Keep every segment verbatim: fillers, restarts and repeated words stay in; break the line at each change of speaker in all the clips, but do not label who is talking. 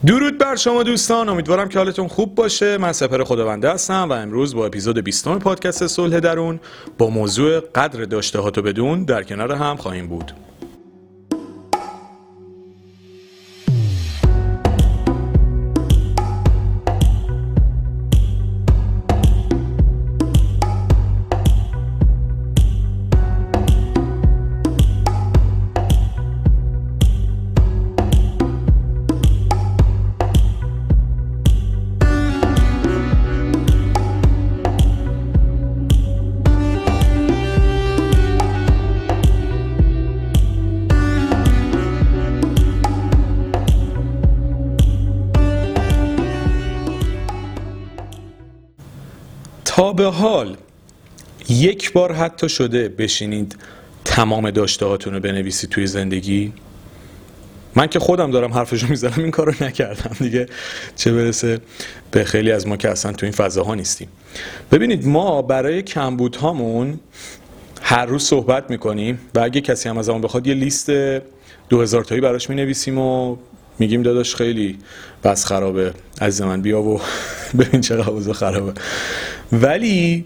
درود بر شما دوستان، امیدوارم که حالتون خوب باشه. من سپر خداونده هستم و امروز با اپیزود بیستم پادکست صلح درون با موضوع قدر داشته‌هاتو بدون در کنار هم خواهیم بود. تا به حال یک بار حتی شده بشینید تمام داشته‌هاتون رو بنویسید توی زندگی؟ من که خودم دارم حرفشو میزنم این کارو نکردم دیگه، چه برسه به خیلی از ما که اصلا توی این فضاها نیستیم. ببینید، ما برای کمبودهامون هر روز صحبت میکنیم و اگه کسی هم از ما بخواد یه لیست دو هزار تایی براش مینویسیم و میگیم داداش خیلی بس خرابه، عزیز من بیا و ببین چقدر اوضاع خرابه. ولی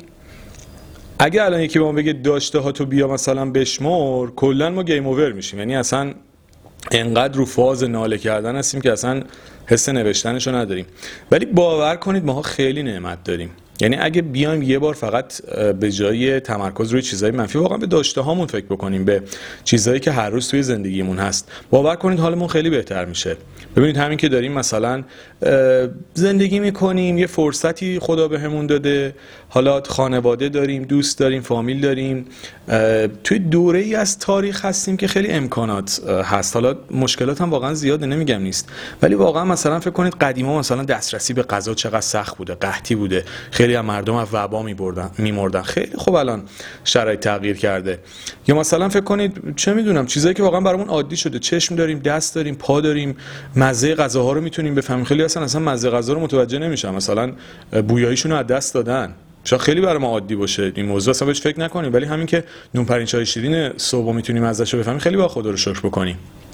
اگه الان یکی به ما بگه داشته ها تو بیا مثلا بشمر، کلا ما گیم اوور میشیم. یعنی اصلا انقدر رو فاز ناله کردن هستیم که اصلا حس نوشتنشو نداریم. ولی باور کنید ماها خیلی نعمت داریم. یعنی اگه بیایم یه بار فقط به جای تمرکز روی چیزهای منفی واقعا به داشته هامون فکر بکنیم، به چیزهایی که هر روز توی زندگیمون هست، باور کنید حالمون خیلی بهتر میشه. ببینید همین که داریم مثلا زندگی میکنیم، یه فرصتی خدا بهمون داده، حالا خانواده داریم، دوست داریم، فامیل داریم، توی دوره‌ای از تاریخ هستیم که خیلی امکانات هست. حالا مشکلات هم واقعا زیاده، نمیگم نیست، ولی واقعا مثلا فکر کنید قدیما مثلا دسترسی به غذا چقدر سخت بوده، قحطی بوده، خیلی از مردم از وبا می‌بردن می‌مردن. خیلی خوب الان شرایط تغییر کرده. یا مثلا فکر کنید چه میدونم چیزایی که واقعا برامون عادی شده، چشم داریم، دست داریم، پا داریم، مزه غذاها رو میتونیم بفهمیم. خیلی اصلا اصلا مزه غذا رو متوجه نمیشن، مثلا بویاییشون رو از دست دادن. شاید خیلی برای ما عادی باشه این موضوع، اصلا بهش فکر نکنیم، ولی همین که نون پرین چای شیرین صبح میتونیم ازش رو بفهمیم، خیلی با خدا رو شکر بکنیم.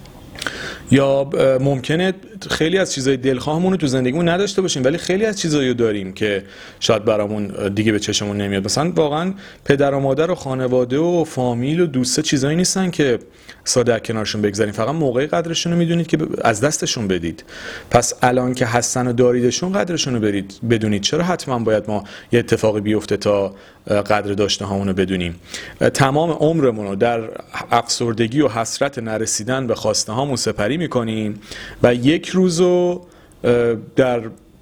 یا ممکنه خیلی از چیزای دلخواهمون رو تو زندگیمون نداشته باشیم، ولی خیلی از چیزایی رو داریم که شاید برامون دیگه به چشمون نمیاد. مثلا واقعا پدر و مادر و خانواده و فامیل و دوسته چیزایی نیستن که ساده کنارشون بگذاریم، فقط موقعی قدرشون رو میدونید که از دستشون بدید. پس الان که هستن و داریدشون قدرشون رو برید بدونید. چرا حتما باید ما یه اتفاقی بیفته تا قدر داشته هامون رو بدونیم؟ تمام عمرمون رو در افسردگی و حسرت نرسیدن به خواسته هامون سپری میکنیم و یک روزو در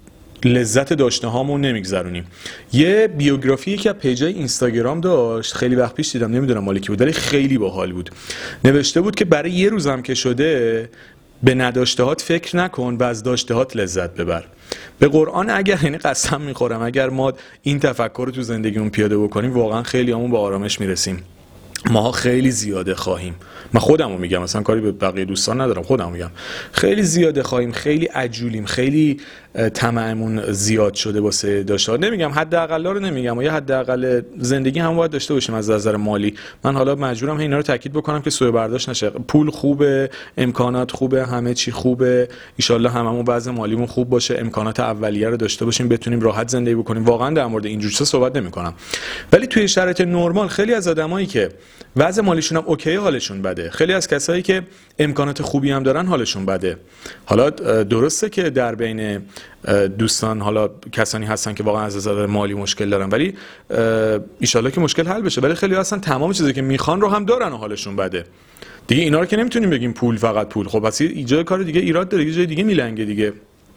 لذت داشته هامون نمیگذرونیم. یه بیوگرافی که پیجای اینستاگرام داشت، خیلی وقت پیش دیدم، نمیدونم مال کی بود، ولی خیلی باحال بود. نوشته بود که برای یه روزم که شده به نداشتهات فکر نکن و از داشتهات لذت ببر. به قرآن اگر، یعنی قسم میخورم، اگر ما این تفکر رو تو زندگیمون پیاده بکنیم، واقعا خیلی همون به آرامش میرسیم. ماها خیلی زیاده خواهیم، من خودمو میگم، مثلا کاری به بقیه دوستان ندارم، خودمو میگم خیلی زیاده خواهیم، خیلی عجولیم، خیلی طمعمون زیاد شده واسه داشته. نمیگم حداقل رو نمیگم، یا حداقل زندگی هم باید داشته باشیم از نظر مالی. من حالا مجبورم اینا رو تاکید بکنم که سوء برداشت نشه. پول خوبه، امکانات خوبه، همه چی خوبه، ان شاءالله هممون وضع مالیمون خوب باشه، امکانات اولیه رو داشته باشیم، بتونیم راحت زندگی بکنیم. واقعا در مورد این جور چیزا صحبت نمیکنم، ولی توی شرایط نرمال خیلی از آدمایی که وضع مالیشون هم اوکی حالشون بده، خیلی از کسایی که امکانات خوبی هم دارن حالشون بده. حالا درسته که در بین دوستان حالا کسانی هستن که واقعا از نظر مالی مشکل دارن، ولی ان شاءالله که مشکل حل بشه. ولی خیلی هستن تمام چیزایی که میخوان رو هم دارن و حالشون بده. دیگه اینا رو که نمیتونیم بگیم پول فقط پول. خب پس ایجاد کار دیگه ایراد داره، یه جای دیگه میلنگه دیگه.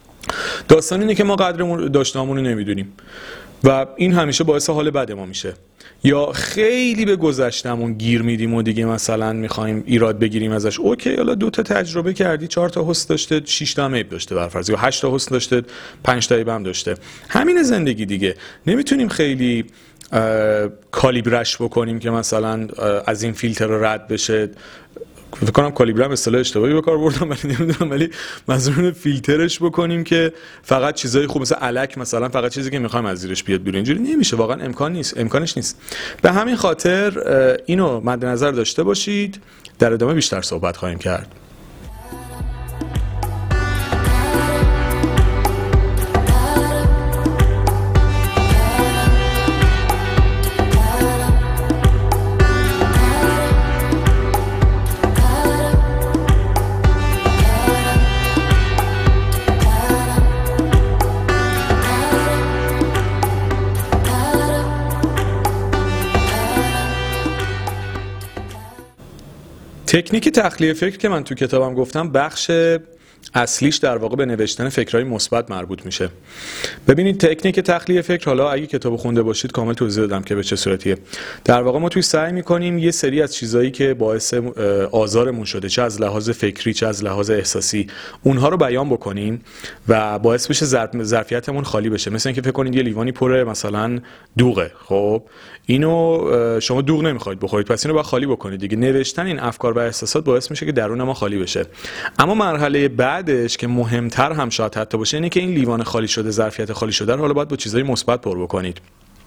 داستان اینه که ما قدرمون داشتهامون رو نمیدونیم و این همیشه باعث حال بد ما میشه. یا خیلی به گذشتمون گیر میدیم و دیگه مثلا میخوایم ایراد بگیریم ازش. اوکی، حالا دو تا تجربه کردی، چهار تا حس داشته، شش تا عیب داشته برفرض، یا هشت تا حس داشته، پنج تا عیب هم داشته. همین زندگی دیگه. نمیتونیم خیلی کالیبرش بکنیم که مثلا از این فیلتر رد بشه. فکر کنم کالیبرم اصطلاح اشتباهی به کار بردم، ولی نمیدونم، ولی منظورم فیلترش بکنیم که فقط چیزای خوب مثل الک مثلا فقط چیزی که میخوایم از زیرش بیاد بیرون. اینجوری نمیشه، واقعا امکان نیست، امکانش نیست. به همین خاطر اینو مد نظر داشته باشید. در ادامه بیشتر صحبت خواهیم کرد. تکنیک تخلیه فکر که من تو کتابم گفتم بخش اصلیش در واقع به نوشتن فکرهای مثبت مربوط میشه. ببینید تکنیک تخلیه فکر، حالا اگه کتابو خونده باشید کامل توضیح دادم که به چه صورتیه. در واقع ما توی سعی میکنیم یه سری از چیزایی که باعث آزارمون شده، چه از لحاظ فکری چه از لحاظ احساسی، اونها رو بیان بکنیم و باعث بشه ظرفیتمون خالی بشه. مثلا اینکه فکر کنید یه لیوانی پر مثلا دوغه، خب اینو شما دوغ نمیخواید بخورید، پس اینو باید خالی بکنید دیگه. نوشتن این افکار و احساسات باعث میشه که درون ما خالی بشه. اما مرحله بعدش که مهمتر هم شاید حتی باشه اینه که این لیوان خالی شده، ظرفیت خالی شده رو حالا باید با چیزای مثبت پر بکنید،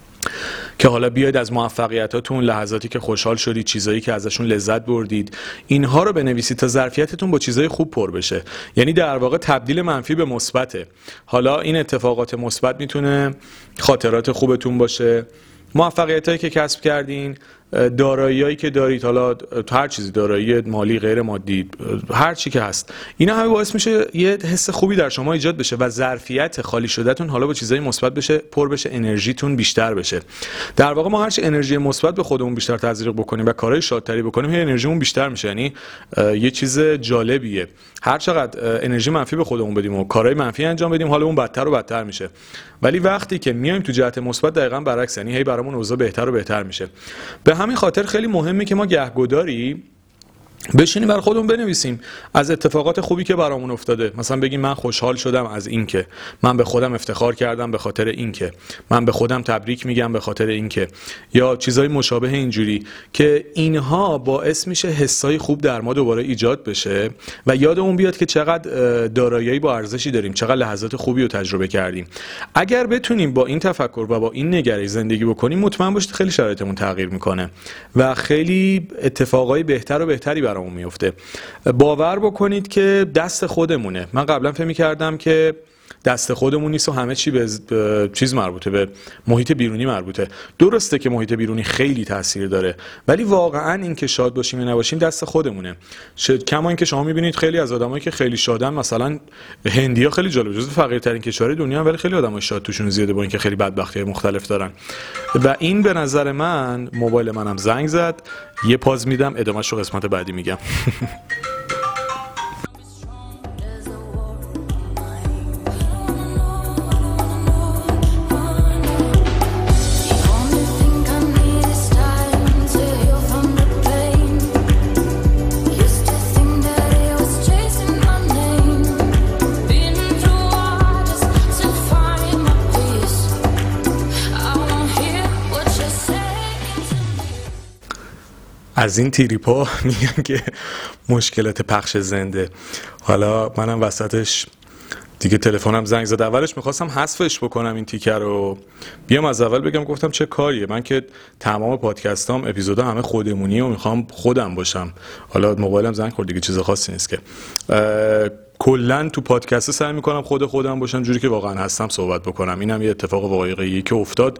که حالا بیاید از موفقیتاتون، لحظاتی که خوشحال شدید، چیزایی که ازشون لذت بردید، اینها رو بنویسید تا ظرفیتتون با چیزای خوب پر بشه. یعنی در واقع تبدیل منفی به مثبته. حالا این اتفاقات مثبت میتونه خاطرات خوبتون باشه، موفقیتایی که کسب کردین، داراییایی که دارید، حالا هر چیزی، دارایی مالی، غیر مادی، هر چی که هست، اینا همه باعث میشه یه حس خوبی در شما ایجاد بشه و ظرفیت خالی شدهتون حالا با چیزای مثبت بشه، پر بشه، انرژیتون بیشتر بشه. در واقع ما هر چی انرژی مثبت به خودمون بیشتر تزریق بکنیم و کارهای شادتری بکنیم، هی انرژیمون بیشتر میشه. یعنی یه چیز جالبیه، هر چقدر انرژی منفی به خودمون بدیم و کارهای منفی انجام بدیم، حالمون بدتر و بدتر میشه. ولی وقتی که میایم تو جهت مثبت، دقیقاً برعکس، یعنی هی برامون اوضاع بهتر و بهتر میشه. به همین خاطر خیلی مهمه که ما گهگداری بشینیم برای خودمون بنویسیم از اتفاقات خوبی که برامون افتاده. مثلا بگیم من خوشحال شدم از این که، من به خودم افتخار کردم به خاطر این که، من به خودم تبریک میگم به خاطر این که، یا چیزای مشابه اینجوری، که اینها باعث میشه حسای خوب در ما دوباره ایجاد بشه و یادمون بیاد که چقدر دارایی با ارزشی داریم، چقدر لحظات خوبی رو تجربه کردیم. اگر بتونیم با این تفکر و با این نگرش زندگی بکنیم، مطمئن باشید خیلی شرایطمون تغییر میکنه و خیلی اتفاقای بهتر و بهتری برامون میفته. باور بکنید که دست خودمونه. من قبلا فکر می‌کردم که دست خودمون نیست و همه چی به چیز مربوطه، به محیط بیرونی مربوطه. درسته که محیط بیرونی خیلی تاثیر داره، ولی واقعا این که شاد باشیم یا نباشیم دست خودمونه. کما اینکه شما می‌بینید خیلی از آدمایی که خیلی شادن، مثلا هندی‌ها خیلی جالب، جزو فقیرترین کشور دنیا، ولی خیلی آدمای شاد توشون زیاده با اینکه خیلی بدبختی‌های مختلف دارن. و این به نظر من، موبایل منم زنگ زد، یه پاز میدم، ادامه‌شو قسمت بعدی میگم. از این تیریپا میگن که مشکلات پخش زنده. حالا منم وسطش دیگه تلفنم زنگ زد. اولش میخواستم حذفش بکنم این تیکر رو، بیام از اول بگم، گفتم چه کاریه، من که تمام پادکستام اپیزودا همه خودمونیه و میخوام خودم باشم. حالا موبایلم زنگ خورد دیگه، چیز خاصی نیست که. کلا تو پادکست سعی میکنم خود خودم باشم، جوری که واقعا هستم صحبت بکنم. اینم یه اتفاق واقعیه که افتاد.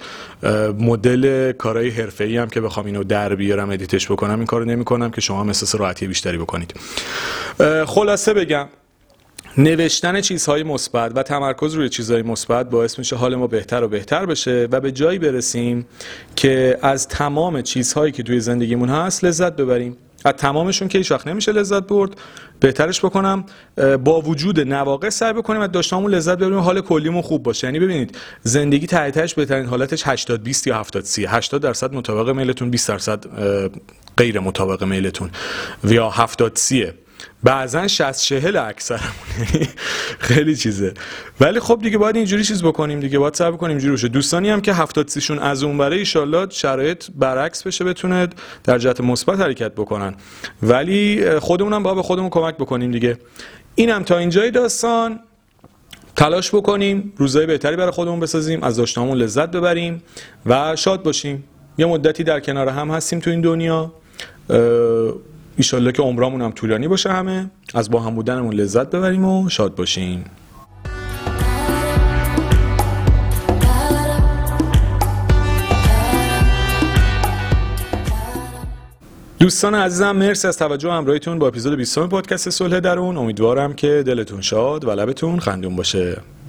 مدل کارهای حرفه‌ای هم که بخوام اینو در بیارم ادیتش بکنم، این کارو نمیکنم که شما هم احساس راحتی بیشتری بکنید. خلاصه بگم، نوشتن چیزهای مثبت و تمرکز روی چیزهای مثبت باعث میشه حال ما بهتر و بهتر بشه و به جایی برسیم که از تمام چیزهایی که توی زندگیمون هست لذت ببریم. از تمامشون که هیچ وقت نمیشه لذت برد، بهترش بکنم با وجود نواقص سعی بکنیم از داشتنمون لذت ببریم و حال کلیمون خوب باشه. یعنی ببینید زندگی ته تهش بهترین حالتش هشتاد بیست یا هفتاد سی، هشتاد درصد مطابق میلتون، بیست درصد غیر مطابق میلتون، یا هفتاد سی، بعضن شصت چهل اکثرمون، خیلی چیزه. ولی خب دیگه باید اینجوری چیز بکنیم دیگه، باید صبر کنیم اینجوری بشه. دوستانی هم که هفتاد سیشون از اون بره، ان شاءالله شرایط برعکس بشه، بتونه در جهت مثبت حرکت بکنن. ولی خودمون هم باید به خودمون کمک بکنیم دیگه. اینم تا اینجای داستان. تلاش بکنیم روزای بهتری برای خودمون بسازیم، از داشتنمون لذت ببریم و شاد باشیم. یه مدتی در کنار هم هستیم تو این دنیا، ایشالله که عمرمون هم طولانی باشه، همه از با هم بودنمون لذت ببریم و شاد باشیم. دوستان عزیزم، مرسی از توجه و همراهیتون با اپیزود بیستم پادکست صلح درون. امیدوارم که دلتون شاد و لبتون خندون باشه.